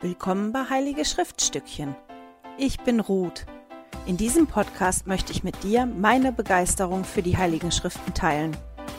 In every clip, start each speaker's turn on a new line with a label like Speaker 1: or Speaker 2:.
Speaker 1: Willkommen bei Heilige Schriftstückchen. Ich bin Ruth. In diesem Podcast möchte ich mit dir meine Begeisterung für die Heiligen Schriften teilen.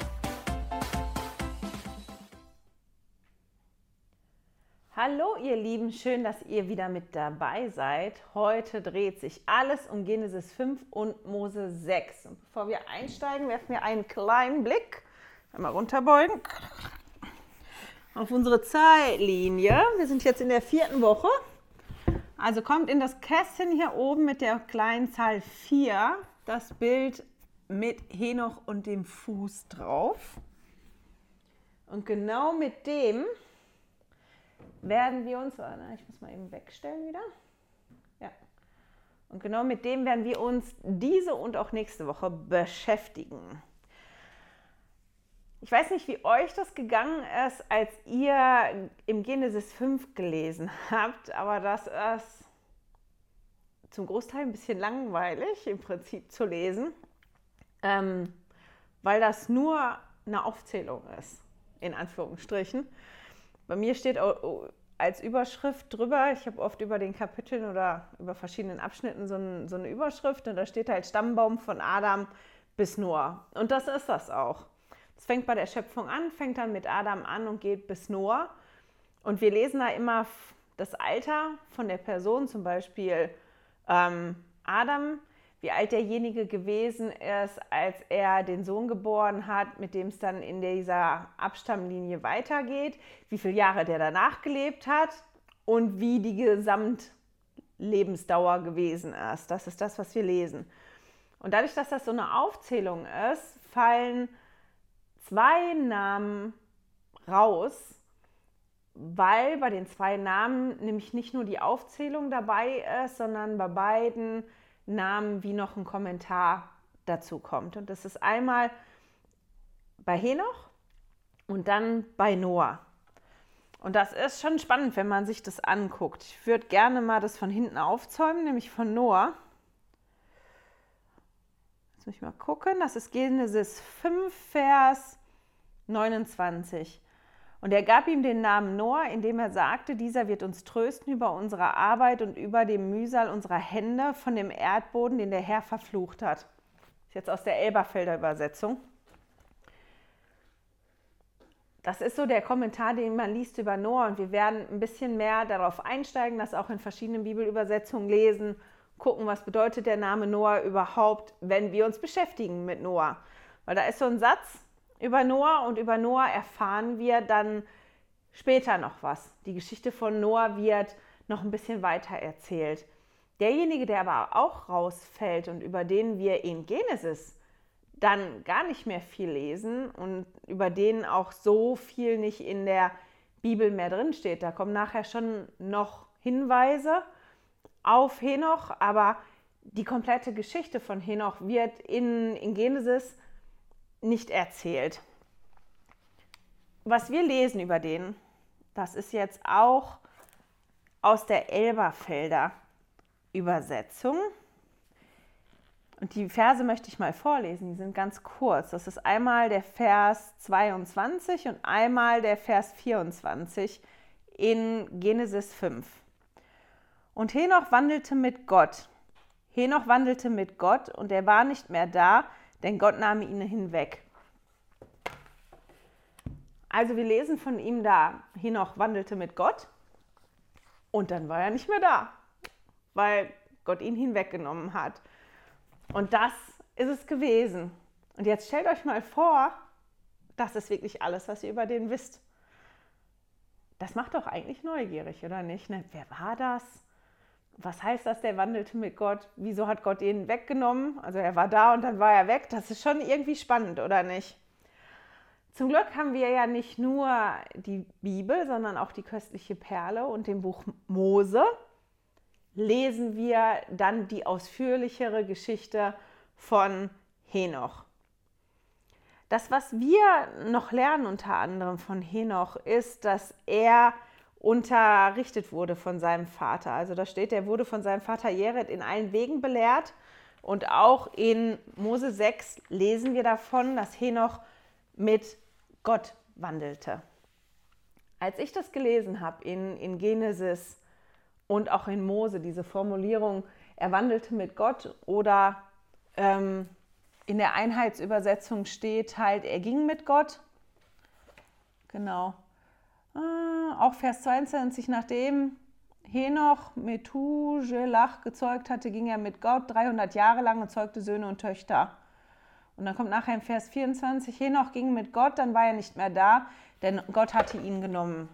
Speaker 1: Hallo ihr Lieben, schön, dass ihr wieder mit dabei seid. Heute dreht sich alles um Genesis 5 und Mose 6. Und bevor wir einsteigen, werfen wir einen kleinen Blick, einmal runterbeugen, auf unsere Zeitlinie. Wir sind jetzt in der 4. Woche. Also kommt in das Kästchen hier oben mit der kleinen Zahl 4 das Bild mit Henoch und dem Fuß drauf. Und genau mit dem werden wir uns, ich muss mal eben wegstellen wieder. Ja. Und genau mit dem werden wir uns diese und auch nächste Woche beschäftigen. Ich weiß nicht, wie euch das gegangen ist, als ihr im Genesis 5 gelesen habt, aber das ist zum Großteil ein bisschen langweilig im Prinzip zu lesen, weil das nur eine Aufzählung ist, in Anführungsstrichen. Bei mir steht als Überschrift drüber, ich habe oft über den Kapiteln oder über verschiedenen Abschnitten so eine Überschrift und da steht halt Stammbaum von Adam bis Noah. Und das ist das auch. Es fängt bei der Schöpfung an, fängt dann mit Adam an und geht bis Noah. Und wir lesen da immer das Alter von der Person, zum Beispiel Adam, wie alt derjenige gewesen ist, als er den Sohn geboren hat, mit dem es dann in dieser Abstammlinie weitergeht, wie viele Jahre der danach gelebt hat und wie die Gesamtlebensdauer gewesen ist. Das ist das, was wir lesen. Und dadurch, dass das so eine Aufzählung ist, fallen 2 Namen raus, weil bei den 2 Namen nämlich nicht nur die Aufzählung dabei ist, sondern bei beiden Namen wie noch ein Kommentar dazu kommt. Und das ist einmal bei Henoch und dann bei Noah. Und das ist schon spannend, wenn man sich das anguckt. Ich würde gerne mal das von hinten aufzäumen, nämlich von Noah. Jetzt muss ich mal gucken. Das ist Genesis 5, Vers 29. Und er gab ihm den Namen Noah, indem er sagte, dieser wird uns trösten über unsere Arbeit und über den Mühsal unserer Hände von dem Erdboden, den der Herr verflucht hat. Das ist jetzt aus der Elberfelder Übersetzung. Das ist so der Kommentar, den man liest über Noah. Und wir werden ein bisschen mehr darauf einsteigen, das auch in verschiedenen Bibelübersetzungen lesen, gucken, was bedeutet der Name Noah überhaupt, wenn wir uns beschäftigen mit Noah. Weil da ist so ein Satz über Noah und über Noah erfahren wir dann später noch was. Die Geschichte von Noah wird noch ein bisschen weiter erzählt. Derjenige, der aber auch rausfällt und über den wir in Genesis dann gar nicht mehr viel lesen und über den auch so viel nicht in der Bibel mehr drinsteht, da kommen nachher schon noch Hinweise auf Henoch, aber die komplette Geschichte von Henoch wird in Genesis nicht erzählt. Was wir lesen über den, das ist jetzt auch aus der Elberfelder Übersetzung. Und die Verse möchte ich mal vorlesen, die sind ganz kurz. Das ist einmal der Vers 22 und einmal der Vers 24 in Genesis 5. Und Henoch wandelte mit Gott. Henoch wandelte mit Gott und er war nicht mehr da, denn Gott nahm ihn hinweg. Also wir lesen von ihm da, Henoch wandelte mit Gott und dann war er nicht mehr da, weil Gott ihn hinweggenommen hat. Und das ist es gewesen. Und jetzt stellt euch mal vor, das ist wirklich alles, was ihr über den wisst. Das macht doch eigentlich neugierig, oder nicht? Ne? Wer war das? Was heißt das, der wandelte mit Gott? Wieso hat Gott ihn weggenommen? Also er war da und dann war er weg. Das ist schon irgendwie spannend, oder nicht? Zum Glück haben wir ja nicht nur die Bibel, sondern auch die köstliche Perle und dem Buch Mose. Lesen wir dann die ausführlichere Geschichte von Henoch. Das, was wir noch lernen unter anderem von Henoch, ist, dass er unterrichtet wurde von seinem Vater. Also da steht, er wurde von seinem Vater Jered in allen Wegen belehrt. Und auch in Mose 6 lesen wir davon, dass Henoch mit Gott wandelte. Als ich das gelesen habe in Genesis Und auch in Mose, diese Formulierung, er wandelte mit Gott, oder in der Einheitsübersetzung steht halt, er ging mit Gott. Genau. Auch Vers 22, nachdem Henoch Methuselach gezeugt hatte, ging er mit Gott 300 Jahre lang und zeugte Söhne und Töchter. Und dann kommt nachher im Vers 24, Henoch ging mit Gott, dann war er nicht mehr da, denn Gott hatte ihn genommen.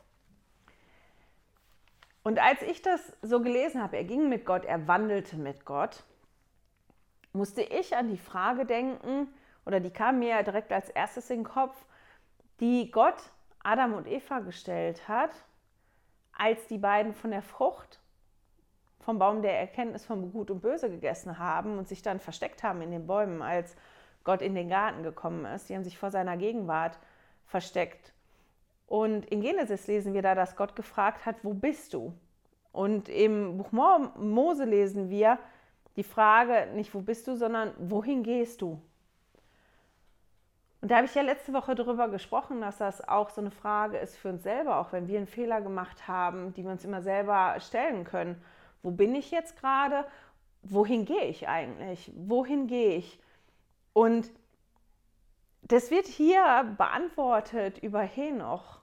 Speaker 1: Und als ich das so gelesen habe, er ging mit Gott, er wandelte mit Gott, musste ich an die Frage denken, oder die kam mir direkt als erstes in den Kopf, die Gott Adam und Eva gestellt hat, als die beiden von der Frucht vom Baum der Erkenntnis von Gut und Böse gegessen haben und sich dann versteckt haben in den Bäumen, als Gott in den Garten gekommen ist. Die haben sich vor seiner Gegenwart versteckt. Und in Genesis lesen wir da, dass Gott gefragt hat, wo bist du? Und im Buch Mose lesen wir die Frage, nicht wo bist du, sondern wohin gehst du? Und da habe ich ja letzte Woche darüber gesprochen, dass das auch so eine Frage ist für uns selber, auch wenn wir einen Fehler gemacht haben, die wir uns immer selber stellen können. Wo bin ich jetzt gerade? Wohin gehe ich eigentlich? Wohin gehe ich? Und das wird hier beantwortet über Henoch,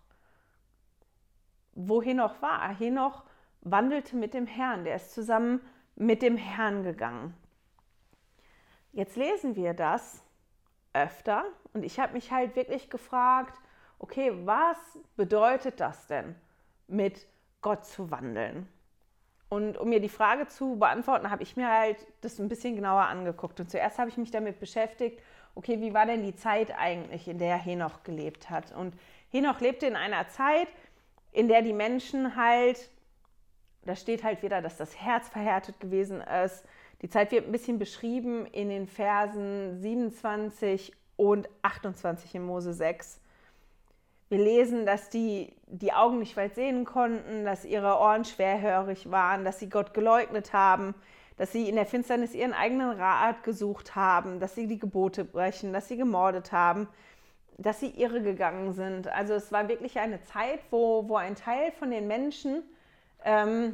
Speaker 1: wo Henoch war. Henoch wandelte mit dem Herrn, der ist zusammen mit dem Herrn gegangen. Jetzt lesen wir das öfter und ich habe mich halt wirklich gefragt, okay, was bedeutet das denn, mit Gott zu wandeln? Und um mir die Frage zu beantworten, habe ich mir halt das ein bisschen genauer angeguckt. Und zuerst habe ich mich damit beschäftigt, okay, wie war denn die Zeit eigentlich, in der Henoch gelebt hat? Und Henoch lebte in einer Zeit, in der die Menschen halt, da steht halt wieder, dass das Herz verhärtet gewesen ist. Die Zeit wird ein bisschen beschrieben in den Versen 27 und 28 in Mose 6. Wir lesen, dass die Augen nicht weit sehen konnten, dass ihre Ohren schwerhörig waren, dass sie Gott geleugnet haben, dass sie in der Finsternis ihren eigenen Rat gesucht haben, dass sie die Gebote brechen, dass sie gemordet haben, dass sie irre gegangen sind. Also es war wirklich eine Zeit, wo ein Teil von den Menschen, ein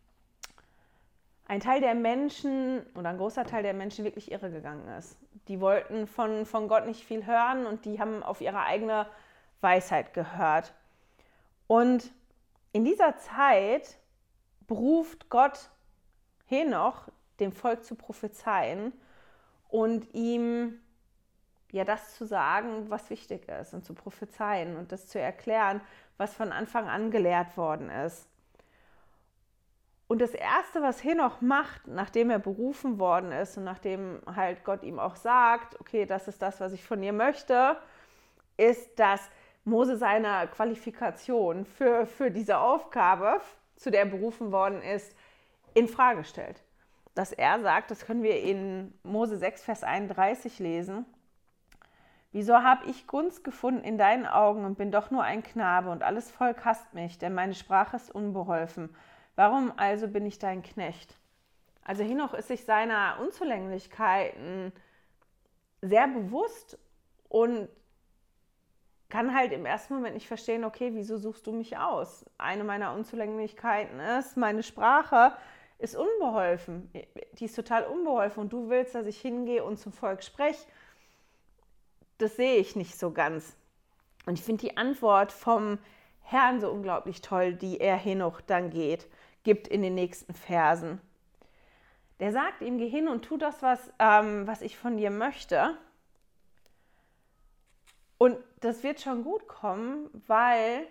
Speaker 1: Teil der Menschen oder ein großer Teil der Menschen wirklich irre gegangen ist. Die wollten von Gott nicht viel hören und die haben auf ihre eigene Weisheit gehört. Und in dieser Zeit beruft Gott Henoch, dem Volk zu prophezeien und ihm ja das zu sagen, was wichtig ist und zu prophezeien und das zu erklären, was von Anfang an gelehrt worden ist. Und das Erste, was Henoch macht, nachdem er berufen worden ist und nachdem halt Gott ihm auch sagt, okay, das ist das, was ich von dir möchte, ist, dass Mose seine Qualifikation für diese Aufgabe, zu der er berufen worden ist, in Frage stellt. Dass er sagt, das können wir in Mose 6, Vers 31 lesen, wieso habe ich Gunst gefunden in deinen Augen und bin doch nur ein Knabe und alles Volk hasst mich, denn meine Sprache ist unbeholfen. Warum also bin ich dein Knecht? Also Henoch ist sich seiner Unzulänglichkeiten sehr bewusst und kann halt im ersten Moment nicht verstehen, okay, wieso suchst du mich aus? Eine meiner Unzulänglichkeiten ist, meine Sprache ist unbeholfen. Die ist total unbeholfen und du willst, dass ich hingehe und zum Volk spreche. Das sehe ich nicht so ganz. Und ich finde die Antwort vom Herrn so unglaublich toll, die er Henoch dann gibt in den nächsten Versen. Der sagt ihm, geh hin und tu das, was ich von dir möchte. Und das wird schon gut kommen, weil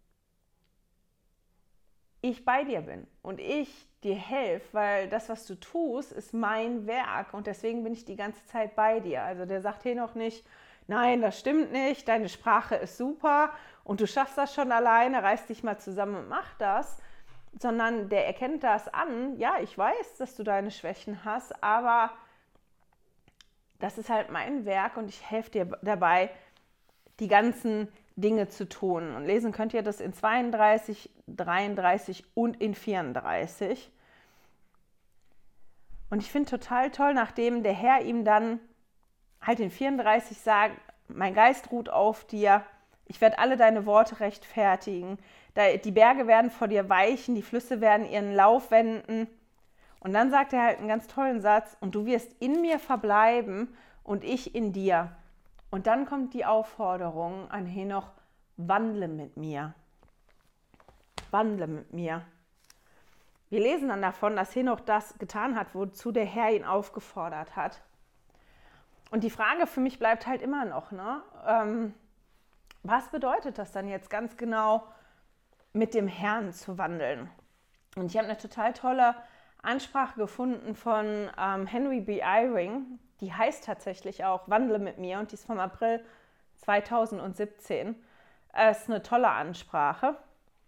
Speaker 1: ich bei dir bin und ich dir helfe, weil das, was du tust, ist mein Werk und deswegen bin ich die ganze Zeit bei dir. Also der sagt Henoch nicht, nein, das stimmt nicht, deine Sprache ist super und du schaffst das schon alleine, reiß dich mal zusammen und mach das, sondern der erkennt das an, ja, ich weiß, dass du deine Schwächen hast, aber das ist halt mein Werk und ich helfe dir dabei, die ganzen Dinge zu tun. Und lesen könnt ihr das in 32, 33 und in 34. Und ich finde total toll, nachdem der Herr ihm dann halt in 34 sagt, mein Geist ruht auf dir, Ich werde alle deine Worte rechtfertigen. Die Berge werden vor dir weichen, die Flüsse werden ihren Lauf wenden. Und dann sagt er halt einen ganz tollen Satz, und du wirst in mir verbleiben und ich in dir. Und dann kommt die Aufforderung an Henoch, wandle mit mir. Wandle mit mir. Wir lesen dann davon, dass Henoch das getan hat, wozu der Herr ihn aufgefordert hat. Und die Frage für mich bleibt halt immer noch, was bedeutet das dann jetzt ganz genau, mit dem Herrn zu wandeln? Und ich habe eine total tolle Ansprache gefunden von Henry B. Eyring, die heißt tatsächlich auch Wandle mit mir und die ist vom April 2017. Es ist eine tolle Ansprache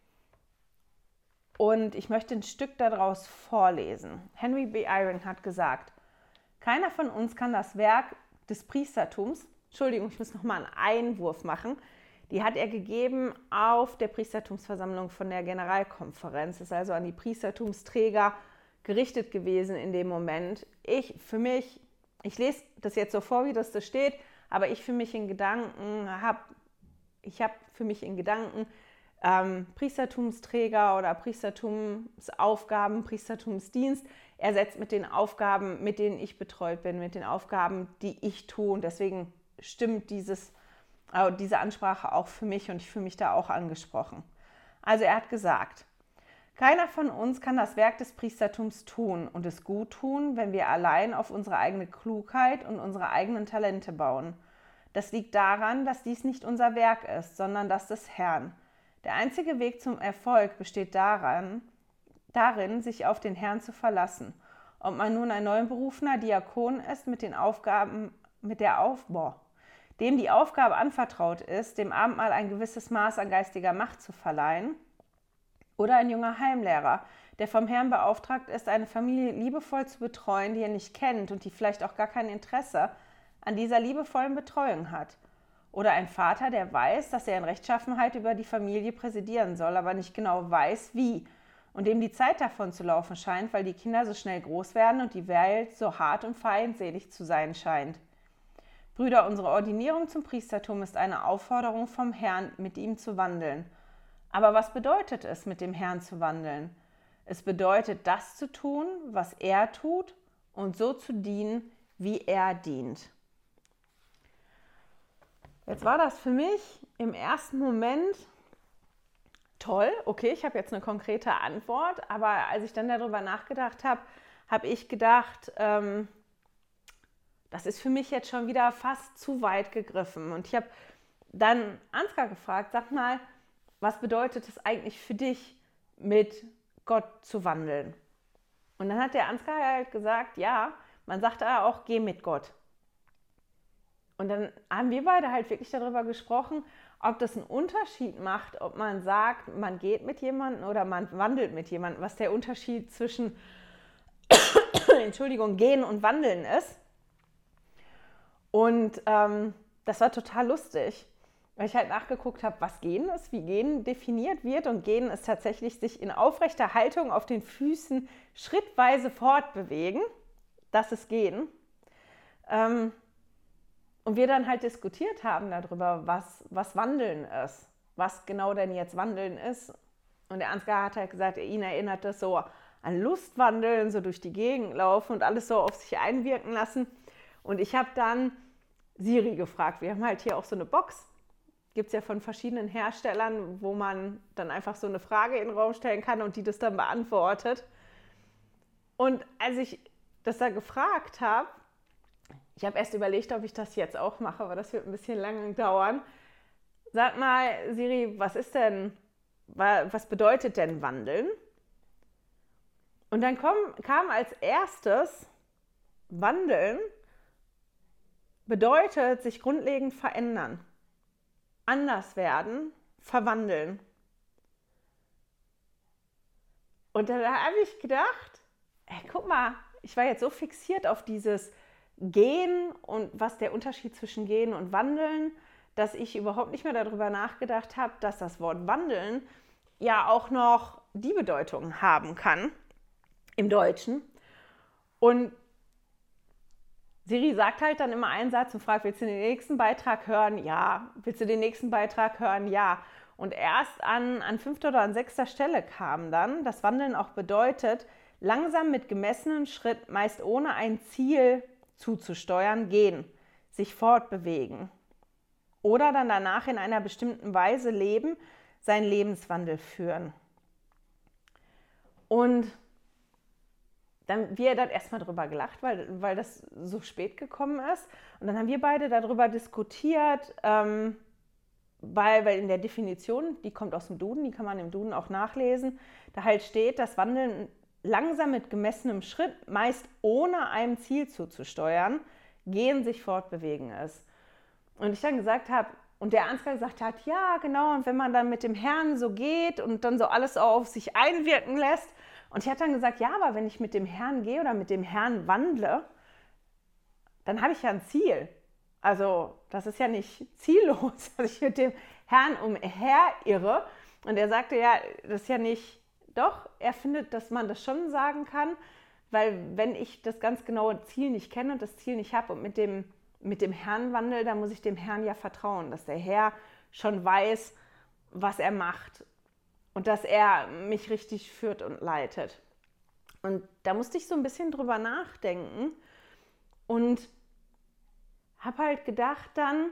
Speaker 1: und ich möchte ein Stück daraus vorlesen. Henry B. Eyring hat gesagt, keiner von uns kann das Werk des Priestertums, Entschuldigung, ich muss nochmal einen Einwurf machen, die hat er gegeben auf der Priestertumsversammlung von der Generalkonferenz, ist also an die Priestertumsträger gerichtet gewesen in dem Moment. Ich lese das jetzt so vor, wie das da steht, aber ich für mich in Gedanken Priestertumsträger oder Priestertumsaufgaben, Priestertumsdienst ersetzt mit den Aufgaben, mit denen ich betreut bin, mit den Aufgaben, die ich tue. Und deswegen stimmt diese Ansprache auch für mich und ich fühle mich da auch angesprochen. Also er hat gesagt, keiner von uns kann das Werk des Priestertums tun und es gut tun, wenn wir allein auf unsere eigene Klugheit und unsere eigenen Talente bauen. Das liegt daran, dass dies nicht unser Werk ist, sondern das des Herrn. Der einzige Weg zum Erfolg besteht darin, sich auf den Herrn zu verlassen. Ob man nun ein neu berufener Diakon ist, dem die Aufgabe anvertraut ist, dem Abendmahl ein gewisses Maß an geistiger Macht zu verleihen, oder ein junger Heimlehrer, der vom Herrn beauftragt ist, eine Familie liebevoll zu betreuen, die er nicht kennt und die vielleicht auch gar kein Interesse an dieser liebevollen Betreuung hat. Oder ein Vater, der weiß, dass er in Rechtschaffenheit über die Familie präsidieren soll, aber nicht genau weiß, wie. Und dem die Zeit davon zu laufen scheint, weil die Kinder so schnell groß werden und die Welt so hart und feindselig zu sein scheint. Brüder, unsere Ordinierung zum Priestertum ist eine Aufforderung vom Herrn, mit ihm zu wandeln. Aber was bedeutet es, mit dem Herrn zu wandeln? Es bedeutet, das zu tun, was er tut und so zu dienen, wie er dient. Jetzt war das für mich im ersten Moment toll. Okay, ich habe jetzt eine konkrete Antwort, aber als ich dann darüber nachgedacht habe, habe ich gedacht, das ist für mich jetzt schon wieder fast zu weit gegriffen. Und ich habe dann Ansgar gefragt, sag mal, was bedeutet es eigentlich für dich, mit Gott zu wandeln? Und dann hat der Ansgar halt gesagt, ja, man sagt ja auch, geh mit Gott. Und dann haben wir beide halt wirklich darüber gesprochen, ob das einen Unterschied macht, ob man sagt, man geht mit jemandem oder man wandelt mit jemandem, was der Unterschied zwischen gehen und wandeln ist. Und das war total lustig, weil ich halt nachgeguckt habe, was Gehen ist, wie Gehen definiert wird. Und Gehen ist tatsächlich sich in aufrechter Haltung auf den Füßen schrittweise fortbewegen. Das ist Gehen. Und wir dann halt diskutiert haben darüber, was Wandeln ist, was genau denn jetzt Wandeln ist. Und der Ansgar hat halt gesagt, ihn erinnert das so an Lustwandeln, so durch die Gegend laufen und alles so auf sich einwirken lassen. Und ich habe dann Siri gefragt. Wir haben halt hier auch so eine Box. Gibt es ja von verschiedenen Herstellern, wo man dann einfach so eine Frage in den Raum stellen kann und die das dann beantwortet. Und als ich das da gefragt habe, ich habe erst überlegt, ob ich das jetzt auch mache, aber das wird ein bisschen lang dauern. Sag mal, Siri, was bedeutet denn Wandeln? Und dann kam als erstes, Wandeln bedeutet sich grundlegend verändern, anders werden, verwandeln. Und dann habe ich gedacht, guck mal, ich war jetzt so fixiert auf dieses Gehen und was der Unterschied zwischen Gehen und Wandeln, dass ich überhaupt nicht mehr darüber nachgedacht habe, dass das Wort Wandeln ja auch noch die Bedeutung haben kann im Deutschen. Und Siri sagt halt dann immer einen Satz und fragt, willst du den nächsten Beitrag hören? Ja. Willst du den nächsten Beitrag hören? Ja. Und erst an 5. oder an 6. Stelle kam dann, dass Wandeln auch bedeutet, langsam mit gemessenem Schritt, meist ohne ein Ziel zuzusteuern, gehen, sich fortbewegen. Oder dann danach in einer bestimmten Weise leben, seinen Lebenswandel führen. Und dann wir dann erstmal drüber gelacht, weil das so spät gekommen ist. Und dann haben wir beide darüber diskutiert, weil in der Definition, die kommt aus dem Duden, die kann man im Duden auch nachlesen, da halt steht, dass Wandeln langsam mit gemessenem Schritt, meist ohne einem Ziel zuzusteuern, gehen, sich fortbewegen ist. Und ich dann gesagt habe, und der Ansgar gesagt hat, ja genau, und wenn man dann mit dem Herrn so geht und dann so alles auf sich einwirken lässt. Und ich habe dann gesagt, ja, aber wenn ich mit dem Herrn gehe oder mit dem Herrn wandle, dann habe ich ja ein Ziel. Also das ist ja nicht ziellos, dass ich mit dem Herrn umherirre. Und er sagte, ja, das ist ja nicht, doch, er findet, dass man das schon sagen kann, weil wenn ich das ganz genaue Ziel nicht kenne und das Ziel nicht habe und mit dem Herrn wandle, dann muss ich dem Herrn ja vertrauen, dass der Herr schon weiß, was er macht und dass er mich richtig führt und leitet. Und da musste ich so ein bisschen drüber nachdenken und habe halt gedacht dann,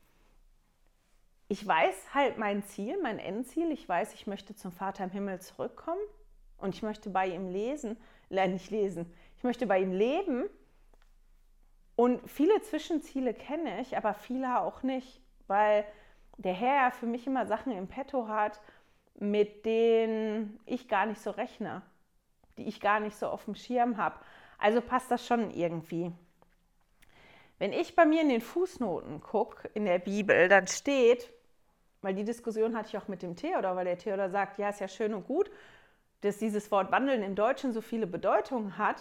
Speaker 1: ich weiß halt mein Ziel, mein Endziel. Ich weiß, ich möchte zum Vater im Himmel zurückkommen und ich möchte bei ihm ich möchte bei ihm leben. Und viele Zwischenziele kenne ich, aber viele auch nicht, weil der Herr ja für mich immer Sachen im Petto hat, mit denen ich gar nicht so rechne, die ich gar nicht so auf dem Schirm habe. Also passt das schon irgendwie. Wenn ich bei mir in den Fußnoten gucke, in der Bibel, dann steht, weil die Diskussion hatte ich auch mit dem Theodor, weil der Theodor sagt, ja, ist ja schön und gut, dass dieses Wort Wandeln im Deutschen so viele Bedeutungen hat.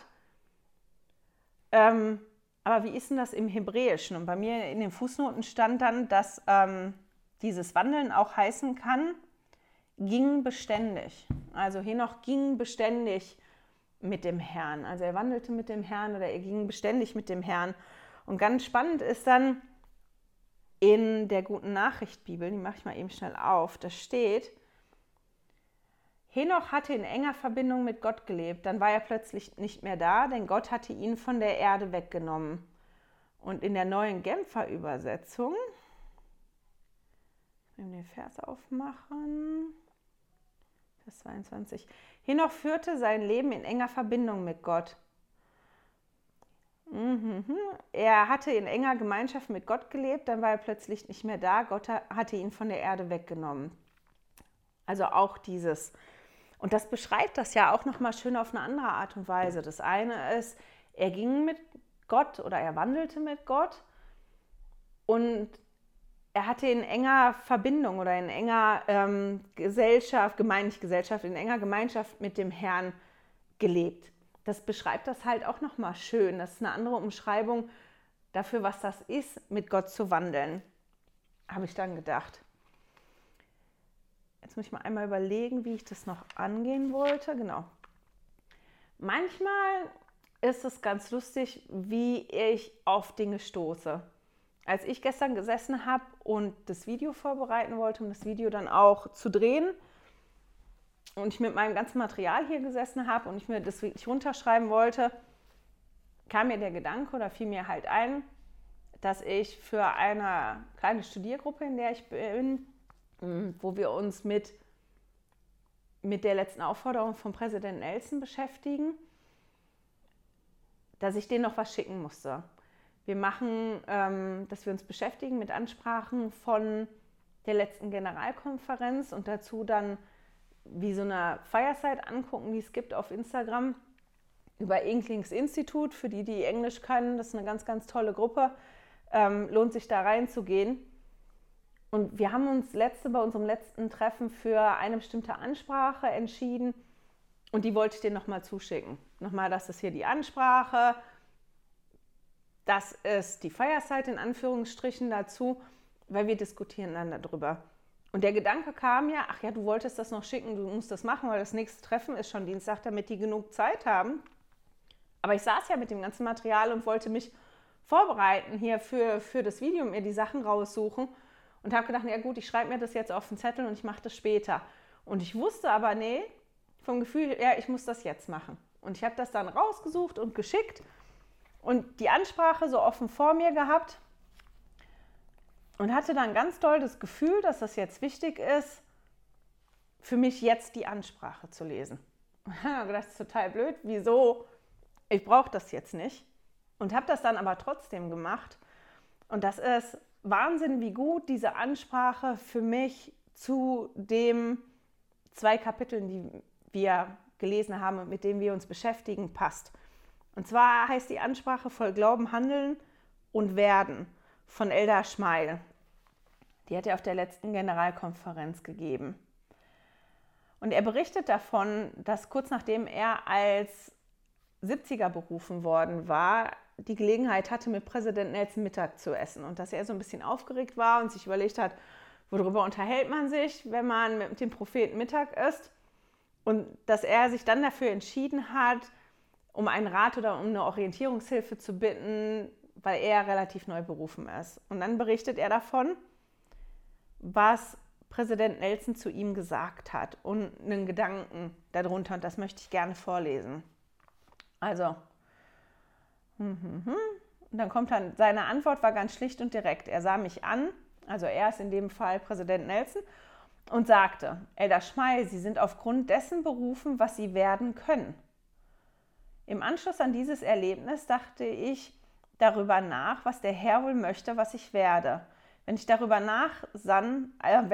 Speaker 1: Aber wie ist denn das im Hebräischen? Und bei mir in den Fußnoten stand dann, dass dieses Wandeln auch heißen kann, ging beständig. Also Henoch ging beständig mit dem Herrn. Also er wandelte mit dem Herrn oder er ging beständig mit dem Herrn. Und ganz spannend ist dann in der Guten Nachricht Bibel, die mache ich mal eben schnell auf, da steht, Henoch hatte in enger Verbindung mit Gott gelebt, dann war er plötzlich nicht mehr da, denn Gott hatte ihn von der Erde weggenommen. Und in der neuen Genfer Übersetzung, ich will den Vers aufmachen, Vers 22, Henoch führte sein Leben in enger Verbindung mit Gott. Er hatte in enger Gemeinschaft mit Gott gelebt, dann war er plötzlich nicht mehr da. Gott hatte ihn von der Erde weggenommen. Also auch dieses. Und das beschreibt das ja auch nochmal schön auf eine andere Art und Weise. Das eine ist, er ging mit Gott oder er wandelte mit Gott und er hatte in enger Verbindung oder in enger in enger Gemeinschaft mit dem Herrn gelebt. Das beschreibt das halt auch nochmal schön. Das ist eine andere Umschreibung dafür, was das ist, mit Gott zu wandeln, habe ich dann gedacht. Jetzt muss ich mal einmal überlegen, wie ich das noch angehen wollte. Genau. Manchmal ist es ganz lustig, wie ich auf Dinge stoße. Als ich gestern gesessen habe und das Video vorbereiten wollte, um das Video dann auch zu drehen, und ich mit meinem ganzen Material hier gesessen habe und ich mir das wirklich runterschreiben wollte, kam mir der Gedanke oder fiel mir halt ein, dass ich für eine kleine Studiergruppe, in der ich bin, wo wir uns mit der letzten Aufforderung von Präsident Nelson beschäftigen, dass ich denen noch was schicken musste. Wir machen, dass wir uns beschäftigen mit Ansprachen von der letzten Generalkonferenz und dazu dann wie so eine Fireside angucken, die es gibt auf Instagram über Inklings Institut. Für die, die Englisch können, das ist eine ganz, ganz tolle Gruppe. Lohnt sich da reinzugehen. Und wir haben uns bei unserem letzten Treffen für eine bestimmte Ansprache entschieden und die wollte ich dir nochmal zuschicken. Nochmal, das ist hier die Ansprache, das ist die Fireside in Anführungsstrichen dazu, weil wir diskutieren dann darüber. Und der Gedanke kam ja, ach ja, du wolltest das noch schicken, du musst das machen, weil das nächste Treffen ist schon Dienstag, damit die genug Zeit haben. Aber ich saß ja mit dem ganzen Material und wollte mich Vorbereiten hier für das Video, mir die Sachen raussuchen und habe gedacht, ja gut, ich schreibe mir das jetzt auf den Zettel und ich mache das später. Und ich wusste aber, nee, vom Gefühl, ja, ich muss das jetzt machen. Und ich habe das dann rausgesucht und geschickt und die Ansprache so offen vor mir gehabt und hatte dann ganz doll das Gefühl, dass das jetzt wichtig ist, für mich jetzt die Ansprache zu lesen. Ich habe gedacht, das ist total blöd, wieso? Ich brauche das jetzt nicht. Und habe das dann aber trotzdem gemacht. Und das ist Wahnsinn, wie gut diese Ansprache für mich zu den 2 Kapiteln, die wir gelesen haben und mit denen wir uns beschäftigen, passt. Und zwar heißt die Ansprache voll Glauben, Handeln und Werden von Elder Schmeil. Die hat er auf der letzten Generalkonferenz gegeben. Und er berichtet davon, dass kurz nachdem er als 70er berufen worden war, die Gelegenheit hatte, mit Präsident Nelson Mittag zu essen. Und dass er so ein bisschen aufgeregt war und sich überlegt hat, worüber unterhält man sich, wenn man mit dem Propheten Mittag isst. Und dass er sich dann dafür entschieden hat, um einen Rat oder um eine Orientierungshilfe zu bitten, weil er relativ neu berufen ist. Und dann berichtet er davon, was Präsident Nelson zu ihm gesagt hat und einen Gedanken darunter. Und das möchte ich gerne vorlesen. Also, und dann kommt dann, seine Antwort war ganz schlicht und direkt. Er sah mich an, also er ist in dem Fall Präsident Nelson, und sagte, Elder Schmeil, Sie sind aufgrund dessen berufen, was Sie werden können. Im Anschluss an dieses Erlebnis dachte ich darüber nach, was der Herr wohl möchte, was ich werde. Während ich darüber nachsann,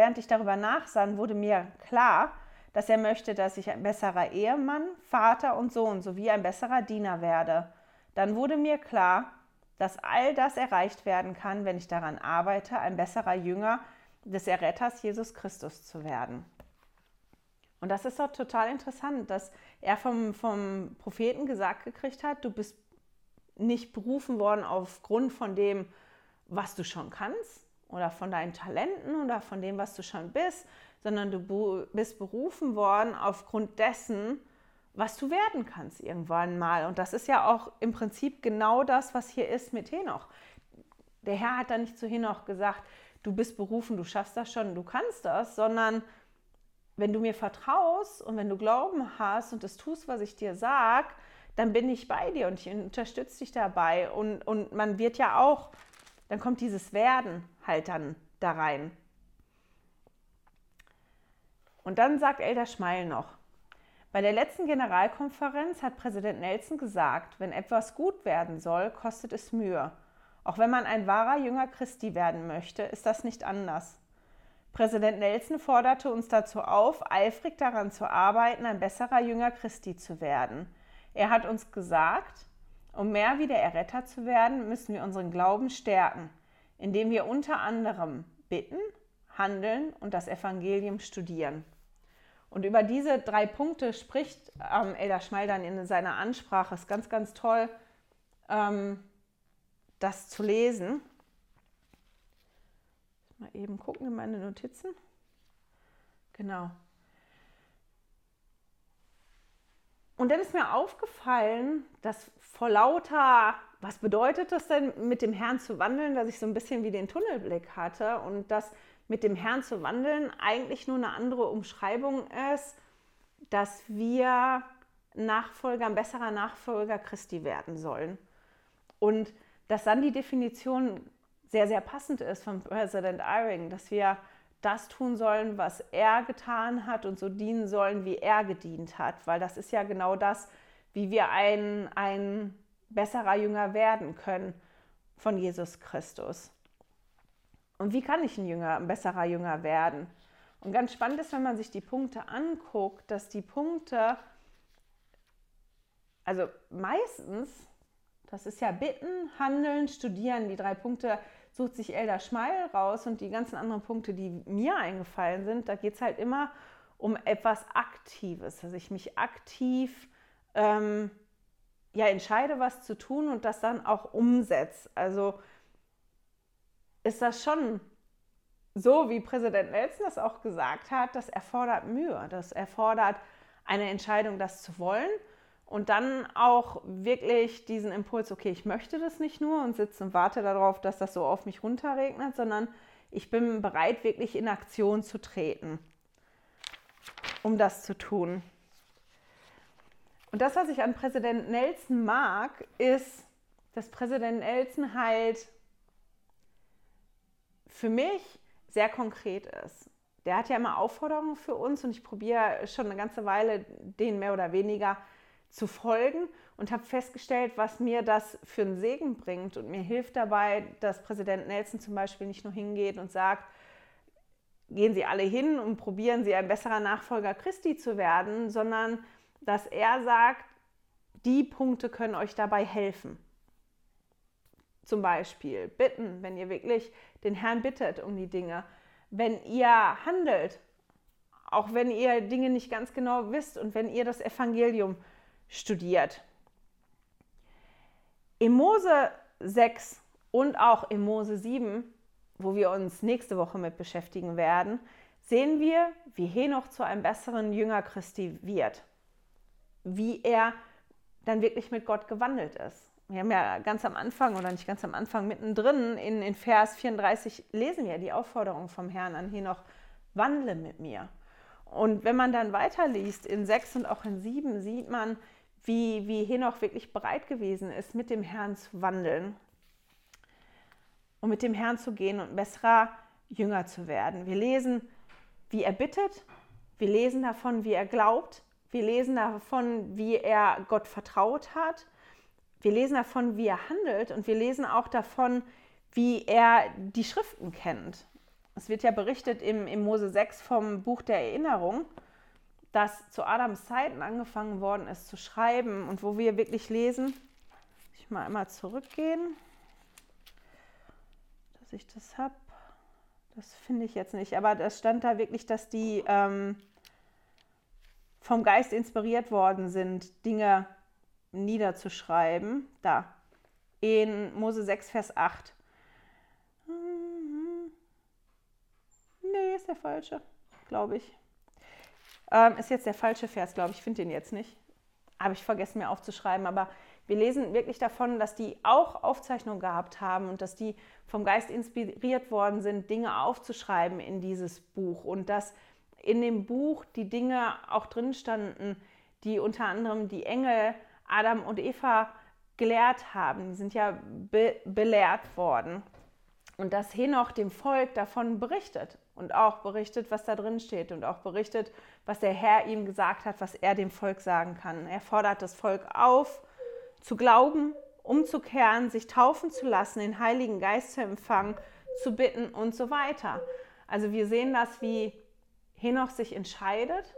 Speaker 1: wurde mir klar, dass er möchte, dass ich ein besserer Ehemann, Vater und Sohn sowie ein besserer Diener werde. Dann wurde mir klar, dass all das erreicht werden kann, wenn ich daran arbeite, ein besserer Jünger des Erretters Jesus Christus zu werden. Und das ist doch total interessant, dass er vom Propheten gesagt gekriegt hat, du bist nicht berufen worden aufgrund von dem, was du schon kannst oder von deinen Talenten oder von dem, was du schon bist, sondern du bist berufen worden aufgrund dessen, was du werden kannst irgendwann mal. Und das ist ja auch im Prinzip genau das, was hier ist mit Henoch. Der Herr hat da nicht zu Henoch gesagt, du bist berufen, du schaffst das schon, du kannst das, sondern wenn du mir vertraust und wenn du Glauben hast und das tust, was ich dir sage, dann bin ich bei dir und ich unterstütze dich dabei. Und man wird ja auch, dann kommt dieses Werden halt dann da rein. Und dann sagt Elder Schmeil noch, bei der letzten Generalkonferenz hat Präsident Nelson gesagt, wenn etwas gut werden soll, kostet es Mühe. Auch wenn man ein wahrer Jünger Christi werden möchte, ist das nicht anders. Präsident Nelson forderte uns dazu auf, eifrig daran zu arbeiten, ein besserer Jünger Christi zu werden. Er hat uns gesagt, um mehr wie der Erretter zu werden, müssen wir unseren Glauben stärken, indem wir unter anderem bitten, handeln und das Evangelium studieren. Und über diese 3 Punkte spricht Elder Schmeil dann in seiner Ansprache. Es ist ganz, ganz toll, das zu lesen. Mal eben gucken in meine Notizen. Genau. Und dann ist mir aufgefallen, dass vor lauter, was bedeutet das denn, mit dem Herrn zu wandeln, dass ich so ein bisschen wie den Tunnelblick hatte und dass mit dem Herrn zu wandeln eigentlich nur eine andere Umschreibung ist, dass wir ein besserer Nachfolger Christi werden sollen. Und dass dann die Definition sehr, sehr passend ist von Präsident Eyring, dass wir das tun sollen, was er getan hat und so dienen sollen, wie er gedient hat. Weil das ist ja genau das, wie wir ein besserer Jünger werden können von Jesus Christus. Und wie kann ich ein besserer Jünger werden? Und ganz spannend ist, wenn man sich die Punkte anguckt, dass die Punkte, also meistens, das ist ja bitten, handeln, studieren, die 3 Punkte sucht sich Elder Schmeil raus und die ganzen anderen Punkte, die mir eingefallen sind, da geht es halt immer um etwas Aktives, dass ich mich aktiv entscheide, was zu tun und das dann auch umsetze. Also ist das schon so, wie Präsident Nelson das auch gesagt hat, das erfordert Mühe, das erfordert eine Entscheidung, das zu wollen Und dann auch wirklich diesen Impuls, okay, ich möchte das nicht nur und sitze und warte darauf, dass das so auf mich runterregnet, sondern ich bin bereit, wirklich in Aktion zu treten, um das zu tun. Und das, was ich an Präsident Nelson mag, ist, dass Präsident Nelson halt für mich sehr konkret ist. Der hat ja immer Aufforderungen für uns und ich probiere schon eine ganze Weile, denen mehr oder weniger zu folgen und habe festgestellt, was mir das für einen Segen bringt. Und mir hilft dabei, dass Präsident Nelson zum Beispiel nicht nur hingeht und sagt, gehen Sie alle hin und probieren Sie ein besserer Nachfolger Christi zu werden, sondern dass er sagt, die Punkte können euch dabei helfen. Zum Beispiel bitten, wenn ihr wirklich den Herrn bittet um die Dinge. Wenn ihr handelt, auch wenn ihr Dinge nicht ganz genau wisst und wenn ihr das Evangelium studiert. In Mose 6 und auch in Mose 7, wo wir uns nächste Woche mit beschäftigen werden, sehen wir, wie Henoch zu einem besseren Jünger Christi wird. Wie er dann wirklich mit Gott gewandelt ist. Wir haben ja ganz am Anfang, oder nicht ganz am Anfang, mittendrin in Vers 34 lesen wir die Aufforderung vom Herrn an Henoch, wandle mit mir. Und wenn man dann weiterliest in 6 und auch in 7, sieht man, wie Henoch wirklich bereit gewesen ist, mit dem Herrn zu wandeln und mit dem Herrn zu gehen und ein besserer Jünger zu werden. Wir lesen, wie er bittet, wir lesen davon, wie er glaubt, wir lesen davon, wie er Gott vertraut hat, wir lesen davon, wie er handelt und wir lesen auch davon, wie er die Schriften kennt. Es wird ja berichtet im Mose 6 vom Buch der Erinnerung, das zu Adams Zeiten angefangen worden ist zu schreiben und wo wir wirklich lesen, ich mal einmal zurückgehen, dass ich das habe, das finde ich jetzt nicht, aber das stand da wirklich, dass die vom Geist inspiriert worden sind, Dinge niederzuschreiben, da, in Mose 6, Vers 8. Nee, ist der falsche, glaube ich. Ist jetzt der falsche Vers, glaube ich. Ich finde den jetzt nicht. Habe ich vergessen, mir aufzuschreiben. Aber wir lesen wirklich davon, dass die auch Aufzeichnungen gehabt haben und dass die vom Geist inspiriert worden sind, Dinge aufzuschreiben in dieses Buch. Und dass in dem Buch die Dinge auch drin standen, die unter anderem die Engel Adam und Eva gelehrt haben. Die sind ja belehrt worden. Und dass Henoch dem Volk davon berichtet und auch berichtet, was da drin steht und auch berichtet, was der Herr ihm gesagt hat, was er dem Volk sagen kann. Er fordert das Volk auf, zu glauben, umzukehren, sich taufen zu lassen, den Heiligen Geist zu empfangen, zu bitten und so weiter. Also wir sehen das, wie Henoch sich entscheidet,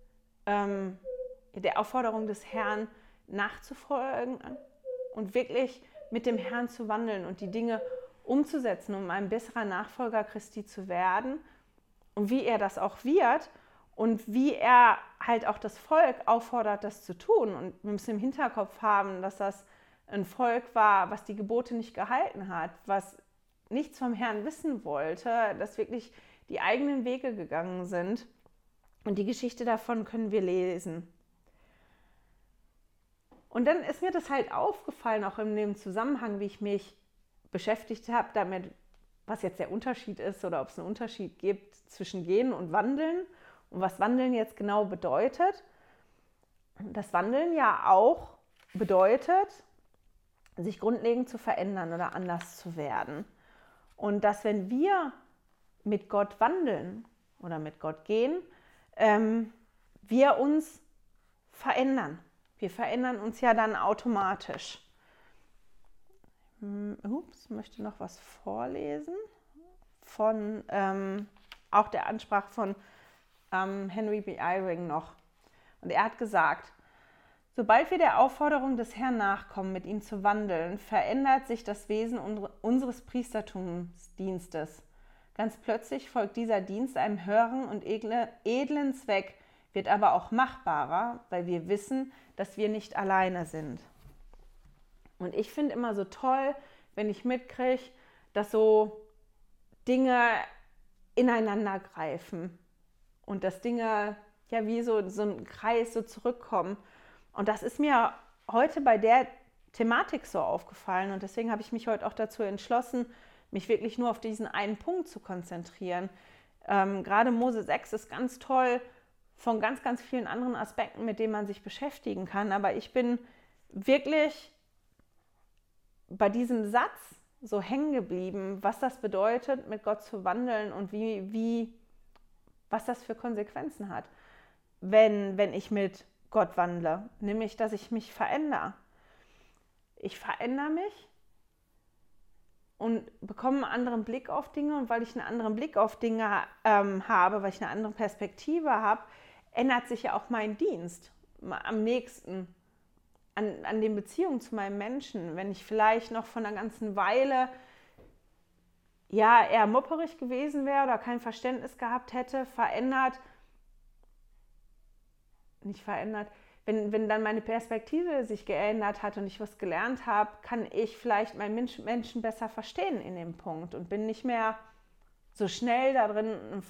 Speaker 1: der Aufforderung des Herrn nachzufolgen und wirklich mit dem Herrn zu wandeln und die Dinge umzusetzen, um ein besserer Nachfolger Christi zu werden und wie er das auch wird und wie er halt auch das Volk auffordert, das zu tun. Und wir müssen im Hinterkopf haben, dass das ein Volk war, was die Gebote nicht gehalten hat, was nichts vom Herrn wissen wollte, dass wirklich die eigenen Wege gegangen sind. Und die Geschichte davon können wir lesen. Und dann ist mir das halt aufgefallen, auch in dem Zusammenhang, wie ich mich beschäftigt habe damit, was jetzt der Unterschied ist oder ob es einen Unterschied gibt zwischen Gehen und Wandeln und was Wandeln jetzt genau bedeutet. Das Wandeln ja auch bedeutet, sich grundlegend zu verändern oder anders zu werden. Und dass, wenn wir mit Gott wandeln oder mit Gott gehen, wir uns verändern. Wir verändern uns ja dann automatisch. Ich möchte noch was vorlesen von auch der Ansprache von Henry B. Eyring noch. Und er hat gesagt, sobald wir der Aufforderung des Herrn nachkommen, mit ihm zu wandeln, verändert sich das Wesen unseres Priestertumsdienstes. Ganz plötzlich folgt dieser Dienst einem höheren und edlen Zweck, wird aber auch machbarer, weil wir wissen, dass wir nicht alleine sind. Und ich finde immer so toll, wenn ich mitkriege, dass so Dinge ineinander greifen und dass Dinge ja wie so ein Kreis so zurückkommen. Und das ist mir heute bei der Thematik so aufgefallen und deswegen habe ich mich heute auch dazu entschlossen, mich wirklich nur auf diesen einen Punkt zu konzentrieren. Gerade Mose 6 ist ganz toll von ganz, ganz vielen anderen Aspekten, mit denen man sich beschäftigen kann, aber ich bin wirklich bei diesem Satz so hängen geblieben, was das bedeutet, mit Gott zu wandeln und was das für Konsequenzen hat, wenn ich mit Gott wandle, nämlich, dass ich mich verändere. Ich verändere mich und bekomme einen anderen Blick auf Dinge und weil ich einen anderen Blick auf Dinge habe, weil ich eine andere Perspektive habe, ändert sich ja auch mein Dienst am nächsten an den Beziehungen zu meinem Menschen. Wenn ich vielleicht noch von einer ganzen Weile eher mopperig gewesen wäre oder kein Verständnis gehabt hätte, wenn dann meine Perspektive sich geändert hat und ich was gelernt habe, kann ich vielleicht meinen Menschen besser verstehen in dem Punkt und bin nicht mehr so schnell darin,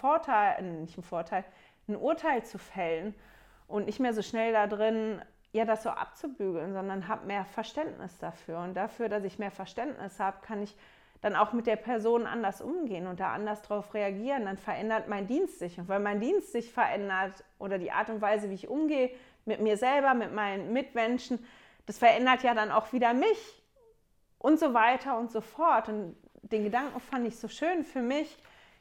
Speaker 1: ein Urteil zu fällen und nicht mehr so schnell darin, das so abzubügeln, sondern habe mehr Verständnis dafür. Und dafür, dass ich mehr Verständnis habe, kann ich dann auch mit der Person anders umgehen und da anders drauf reagieren. Dann verändert mein Dienst sich. Und weil mein Dienst sich verändert oder die Art und Weise, wie ich umgehe mit mir selber, mit meinen Mitmenschen, das verändert ja dann auch wieder mich und so weiter und so fort. Und den Gedanken fand ich so schön für mich,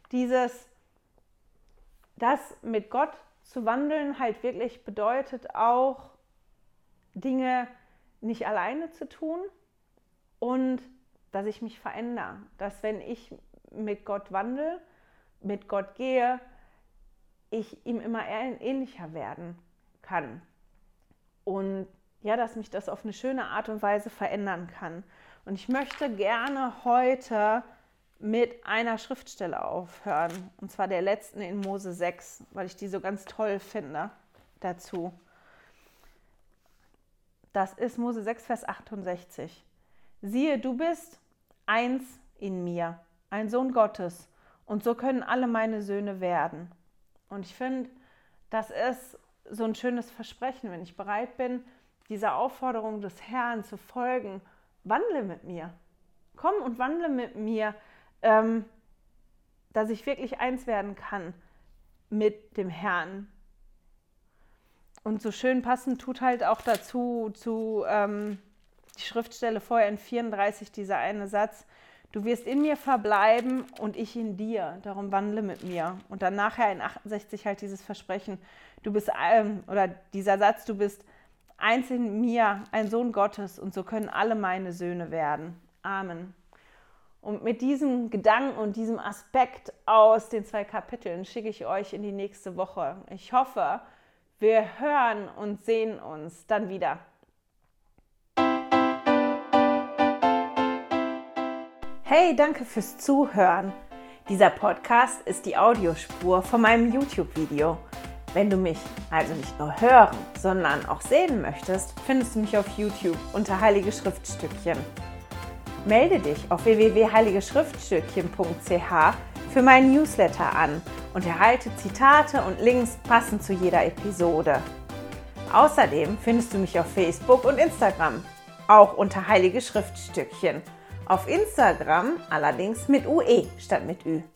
Speaker 1: das mit Gott zu wandeln halt wirklich bedeutet auch, Dinge nicht alleine zu tun und dass ich mich verändere. Dass wenn ich mit Gott wandle, mit Gott gehe, ich ihm immer ähnlicher werden kann. Und dass mich das auf eine schöne Art und Weise verändern kann. Und ich möchte gerne heute mit einer Schriftstelle aufhören. Und zwar der letzten in Mose 6, weil ich die so ganz toll finde dazu. Das ist Mose 6, Vers 68. Siehe, du bist eins in mir, ein Sohn Gottes, und so können alle meine Söhne werden. Und ich finde, das ist so ein schönes Versprechen, wenn ich bereit bin, dieser Aufforderung des Herrn zu folgen. Wandle mit mir. Komm und wandle mit mir, dass ich wirklich eins werden kann mit dem Herrn. Und so schön passend tut halt auch dazu die Schriftstelle vorher in 34, dieser eine Satz: Du wirst in mir verbleiben und ich in dir, darum wandle mit mir. Und dann nachher in 68 halt dieses Versprechen, dieser Satz: Du bist eins in mir, ein Sohn Gottes, und so können alle meine Söhne werden. Amen. Und mit diesem Gedanken und diesem Aspekt aus den 2 Kapiteln schicke ich euch in die nächste Woche. Ich hoffe, wir hören und sehen uns dann wieder. Hey, danke fürs Zuhören. Dieser Podcast ist die Audiospur von meinem YouTube-Video. Wenn du mich also nicht nur hören, sondern auch sehen möchtest, findest du mich auf YouTube unter Heilige Schriftstückchen. Melde dich auf www.heiligeschriftstückchen.ch für meinen Newsletter an und erhalte Zitate und Links passend zu jeder Episode. Außerdem findest du mich auf Facebook und Instagram, auch unter Heilige Schriftstückchen. Auf Instagram allerdings mit UE statt mit Ü.